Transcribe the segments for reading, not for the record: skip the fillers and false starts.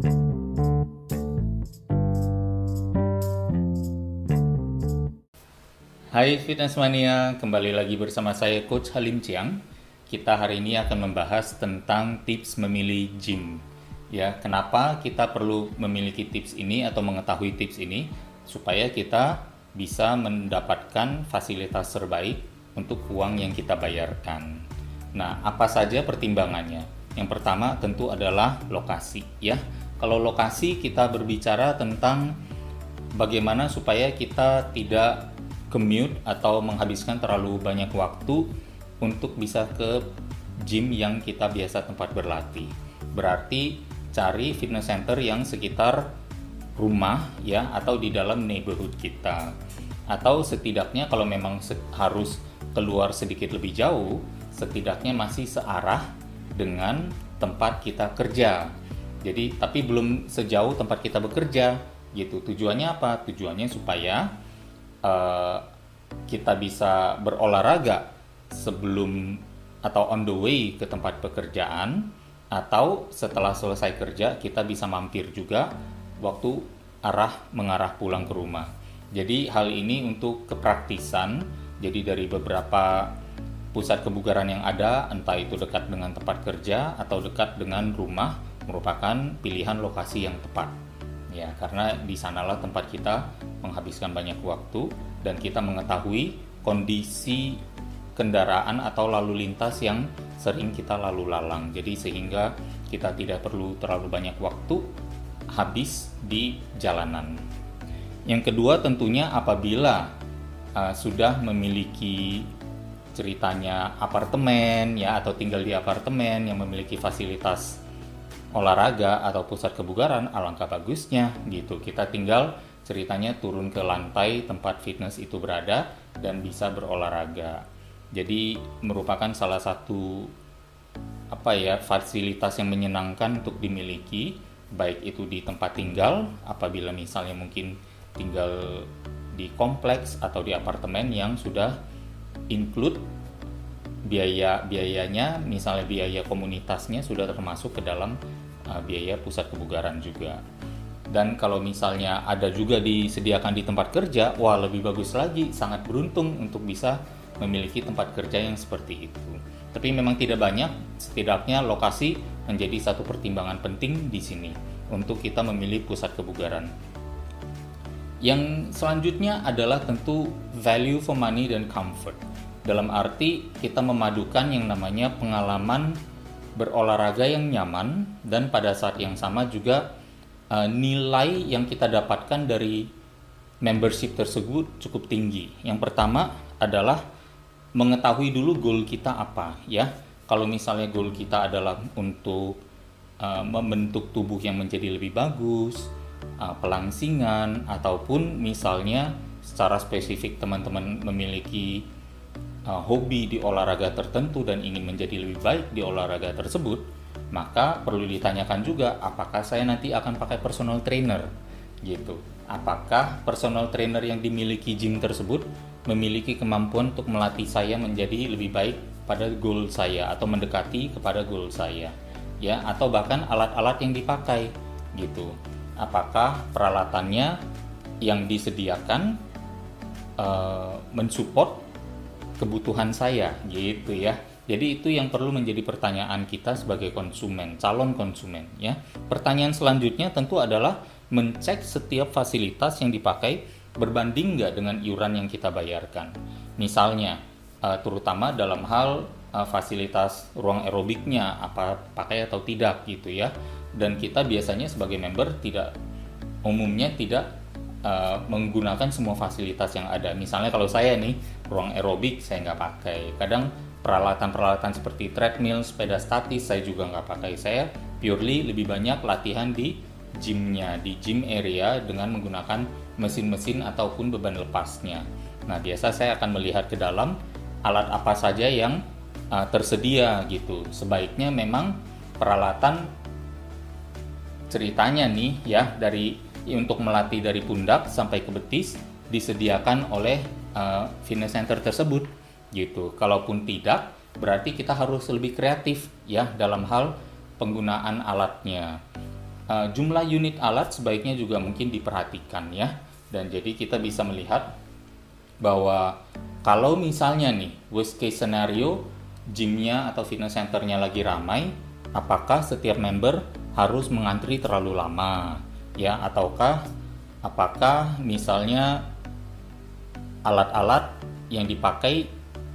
Hai Fitness Mania, kembali lagi bersama saya Coach Halim Chiang. Kita hari ini akan membahas tentang tips memilih gym. Ya, kenapa kita perlu memiliki tips ini atau mengetahui tips ini supaya kita bisa mendapatkan fasilitas terbaik untuk uang yang kita bayarkan. Nah, apa saja pertimbangannya? Yang pertama tentu adalah lokasi, ya. Kalau lokasi kita berbicara tentang bagaimana supaya kita tidak commute atau menghabiskan terlalu banyak waktu untuk bisa ke gym yang kita biasa tempat berlatih. Berarti cari fitness center yang sekitar rumah ya, atau di dalam neighborhood kita. Atau setidaknya kalau memang harus keluar sedikit lebih jauh, setidaknya masih searah dengan tempat kita kerja. Jadi tapi belum sejauh tempat kita bekerja gitu. Tujuannya apa? Tujuannya supaya kita bisa berolahraga sebelum atau on the way ke tempat pekerjaan, atau setelah selesai kerja kita bisa mampir juga waktu mengarah pulang ke rumah. Jadi hal ini untuk kepraktisan. Jadi dari beberapa pusat kebugaran yang ada, entah itu dekat dengan tempat kerja atau dekat dengan rumah, merupakan pilihan lokasi yang tepat. Ya, karena di sanalah tempat kita menghabiskan banyak waktu dan kita mengetahui kondisi kendaraan atau lalu lintas yang sering kita lalu lalang. Jadi sehingga kita tidak perlu terlalu banyak waktu habis di jalanan. Yang kedua tentunya apabila sudah memiliki ceritanya apartemen ya, atau tinggal di apartemen yang memiliki fasilitas olahraga atau pusat kebugaran, alangkah bagusnya gitu. Kita tinggal ceritanya turun ke lantai tempat fitness itu berada dan bisa berolahraga. Jadi merupakan salah satu fasilitas yang menyenangkan untuk dimiliki, baik itu di tempat tinggal apabila misalnya mungkin tinggal di kompleks atau di apartemen yang sudah include biayanya, misalnya biaya komunitasnya sudah termasuk ke dalam biaya pusat kebugaran juga. Dan kalau misalnya ada juga disediakan di tempat kerja, wah lebih bagus lagi, sangat beruntung untuk bisa memiliki tempat kerja yang seperti itu. Tapi memang tidak banyak, setidaknya lokasi menjadi satu pertimbangan penting di sini untuk kita memilih pusat kebugaran. Yang selanjutnya adalah tentu value for money dan comfort. Dalam arti kita memadukan yang namanya pengalaman berolahraga yang nyaman dan pada saat yang sama juga nilai yang kita dapatkan dari membership tersebut cukup tinggi. Yang pertama adalah mengetahui dulu goal kita apa ya. Kalau misalnya goal kita adalah untuk membentuk tubuh yang menjadi lebih bagus, pelangsingan, ataupun misalnya secara spesifik teman-teman memiliki hobi di olahraga tertentu dan ingin menjadi lebih baik di olahraga tersebut, maka perlu ditanyakan juga apakah saya nanti akan pakai personal trainer gitu. Apakah personal trainer yang dimiliki gym tersebut memiliki kemampuan untuk melatih saya menjadi lebih baik pada goal saya atau mendekati kepada goal saya ya, atau bahkan alat-alat yang dipakai gitu. Apakah peralatannya yang disediakan mensupport kebutuhan saya gitu ya. Jadi itu yang perlu menjadi pertanyaan kita sebagai konsumen, calon konsumen ya. Pertanyaan selanjutnya tentu adalah mencek setiap fasilitas yang dipakai berbanding nggak dengan iuran yang kita bayarkan. Misalnya terutama dalam hal fasilitas ruang aerobiknya apa pakai atau tidak gitu ya. Dan kita biasanya sebagai member umumnya tidak menggunakan semua fasilitas yang ada. Misalnya kalau saya nih, ruang aerobik saya nggak pakai. Kadang peralatan-peralatan seperti treadmill, sepeda statis saya juga nggak pakai. Saya purely lebih banyak latihan di gymnya, di gym area dengan menggunakan mesin-mesin ataupun beban lepasnya. Nah biasa saya akan melihat ke dalam alat apa saja yang tersedia gitu. Sebaiknya memang peralatan ceritanya nih ya untuk melatih dari pundak sampai ke betis disediakan oleh fitness center tersebut gitu. Kalaupun tidak, berarti kita harus lebih kreatif ya dalam hal penggunaan alatnya. Jumlah unit alat sebaiknya juga mungkin diperhatikan ya. Dan jadi kita bisa melihat bahwa kalau misalnya nih worst case scenario gymnya atau fitness centernya lagi ramai, apakah setiap member harus mengantri terlalu lama ya, ataukah apakah misalnya alat-alat yang dipakai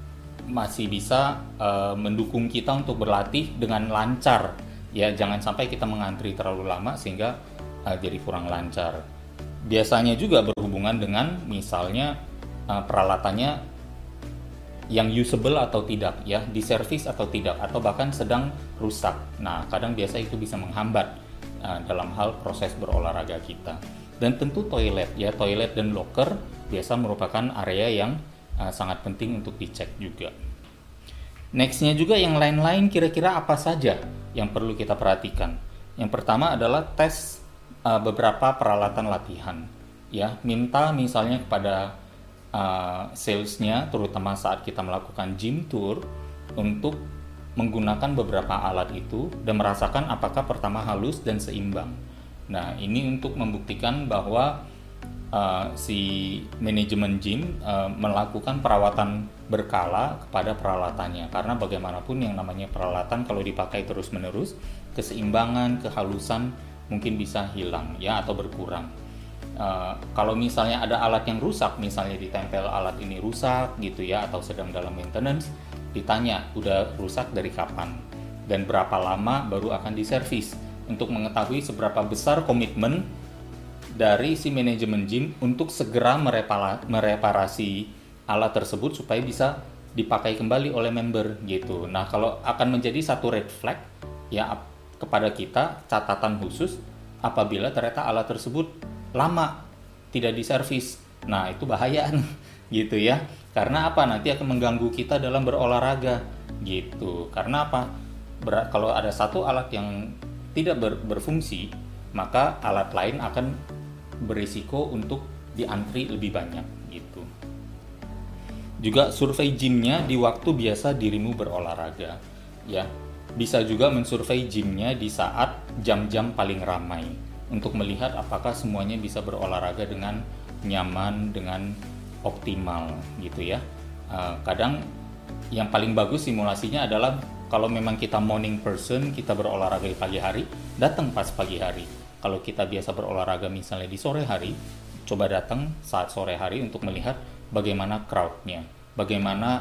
masih bisa mendukung kita untuk berlatih dengan lancar ya, jangan sampai kita mengantri terlalu lama sehingga jadi kurang lancar. Biasanya juga berhubungan dengan misalnya peralatannya yang usable atau tidak ya, diservis atau tidak, atau bahkan sedang rusak. Nah, kadang biasa itu bisa menghambat dalam hal proses berolahraga kita. Dan tentu toilet ya, toilet dan locker biasa merupakan area yang sangat penting untuk dicek juga. Nextnya juga yang lain-lain, kira-kira apa saja yang perlu kita perhatikan. Yang pertama adalah tes beberapa peralatan latihan ya, minta misalnya kepada salesnya, terutama saat kita melakukan gym tour, untuk menggunakan beberapa alat itu dan merasakan apakah pertama halus dan seimbang. Nah, ini untuk membuktikan bahwa si manajemen gym melakukan perawatan berkala kepada peralatannya, karena bagaimanapun yang namanya peralatan kalau dipakai terus-menerus, keseimbangan, kehalusan mungkin bisa hilang ya, atau berkurang. Kalau misalnya ada alat yang rusak, misalnya ditempel alat ini rusak gitu ya, atau sedang dalam maintenance, ditanya udah rusak dari kapan dan berapa lama baru akan diservis, untuk mengetahui seberapa besar komitmen dari si manajemen gym untuk segera mereparasi alat tersebut supaya bisa dipakai kembali oleh member gitu. Nah, kalau akan menjadi satu red flag ya kepada kita, catatan khusus apabila ternyata alat tersebut lama tidak diservis. Nah, itu bahaya gitu ya. Karena apa? Nanti akan mengganggu kita dalam berolahraga gitu. Karena apa? Kalau ada satu alat yang tidak berfungsi, maka alat lain akan berisiko untuk diantri lebih banyak gitu. Juga survei gymnya di waktu biasa dirimu berolahraga ya. Bisa juga mensurvei gymnya di saat jam-jam paling ramai, untuk melihat apakah semuanya bisa berolahraga dengan nyaman, dengan optimal gitu ya. Kadang yang paling bagus simulasinya adalah kalau memang kita morning person, kita berolahraga di pagi hari, datang pas pagi hari. Kalau kita biasa berolahraga misalnya di sore hari, coba datang saat sore hari untuk melihat bagaimana crowd-nya, bagaimana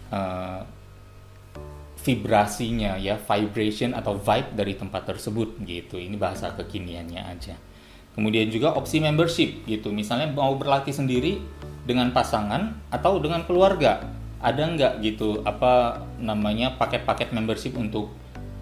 vibrasinya ya, vibration atau vibe dari tempat tersebut gitu. Ini bahasa kekiniannya aja. Kemudian juga opsi membership gitu, misalnya mau berlatih sendiri dengan pasangan atau dengan keluarga, ada nggak gitu apa namanya paket-paket membership untuk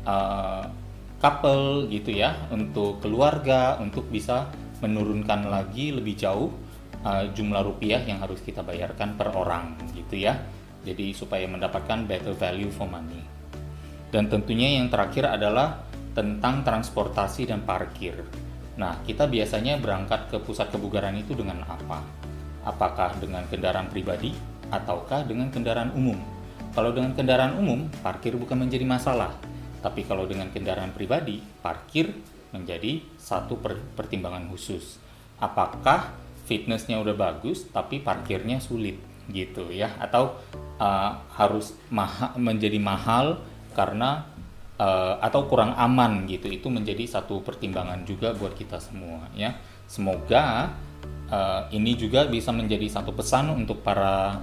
couple gitu ya, untuk keluarga, untuk bisa menurunkan lagi lebih jauh jumlah rupiah yang harus kita bayarkan per orang gitu ya. Jadi supaya mendapatkan better value for money. Dan tentunya yang terakhir adalah tentang transportasi dan parkir. Nah, kita biasanya berangkat ke pusat kebugaran itu dengan apa? Apakah dengan kendaraan pribadi ataukah dengan kendaraan umum? Kalau dengan kendaraan umum, parkir bukan menjadi masalah. Tapi kalau dengan kendaraan pribadi, parkir menjadi satu pertimbangan khusus. Apakah fitnessnya udah bagus tapi parkirnya sulit gitu ya, atau harus menjadi mahal karena atau kurang aman gitu. Itu menjadi satu pertimbangan juga buat kita semua ya. Semoga ini juga bisa menjadi satu pesan untuk para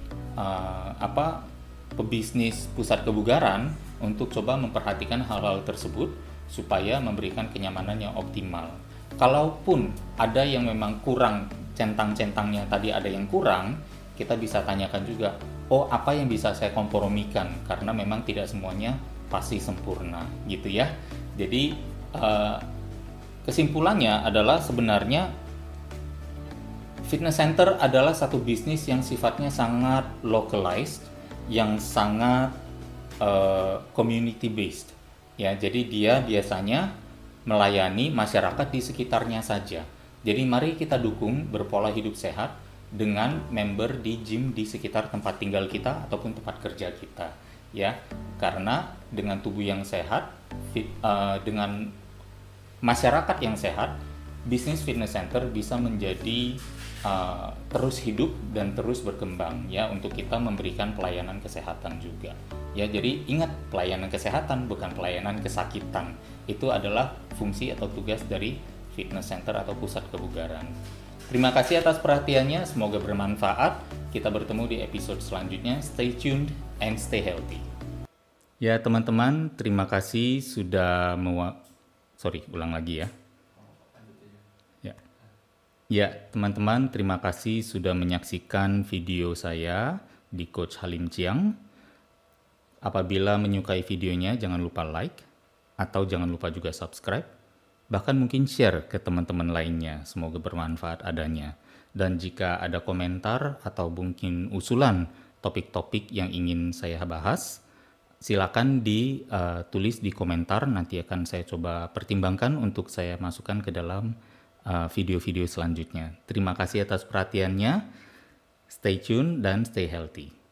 pebisnis pusat kebugaran untuk coba memperhatikan hal-hal tersebut supaya memberikan kenyamanan yang optimal. Kalaupun ada yang memang kurang, centang-centangnya tadi ada yang kurang, kita bisa tanyakan juga, oh apa yang bisa saya kompromikan, karena memang tidak semuanya pasti sempurna gitu ya. Jadi kesimpulannya adalah sebenarnya fitness center adalah satu bisnis yang sifatnya sangat localized, yang sangat community based ya. Jadi dia biasanya melayani masyarakat di sekitarnya saja. Jadi mari kita dukung berpola hidup sehat dengan member di gym di sekitar tempat tinggal kita ataupun tempat kerja kita ya. Karena dengan tubuh yang sehat, dengan masyarakat yang sehat, bisnis fitness center bisa menjadi terus hidup dan terus berkembang ya, untuk kita memberikan pelayanan kesehatan juga. Ya, jadi ingat, pelayanan kesehatan bukan pelayanan kesakitan. Itu adalah fungsi atau tugas dari fitness center atau pusat kebugaran. Terima kasih atas perhatiannya, semoga bermanfaat. Kita bertemu di episode selanjutnya. Stay tuned and stay healthy. Ya teman-teman, terima kasih sudah ulang lagi ya. Ya, teman-teman, terima kasih sudah menyaksikan video saya di Coach Halim Chiang. Apabila menyukai videonya, jangan lupa like, atau jangan lupa juga subscribe, bahkan mungkin share ke teman-teman lainnya, semoga bermanfaat adanya. Dan jika ada komentar atau mungkin usulan topik-topik yang ingin saya bahas, silakan ditulis di komentar, nanti akan saya coba pertimbangkan untuk saya masukkan ke dalam video-video selanjutnya. Terima kasih atas perhatiannya, stay tune dan stay healthy.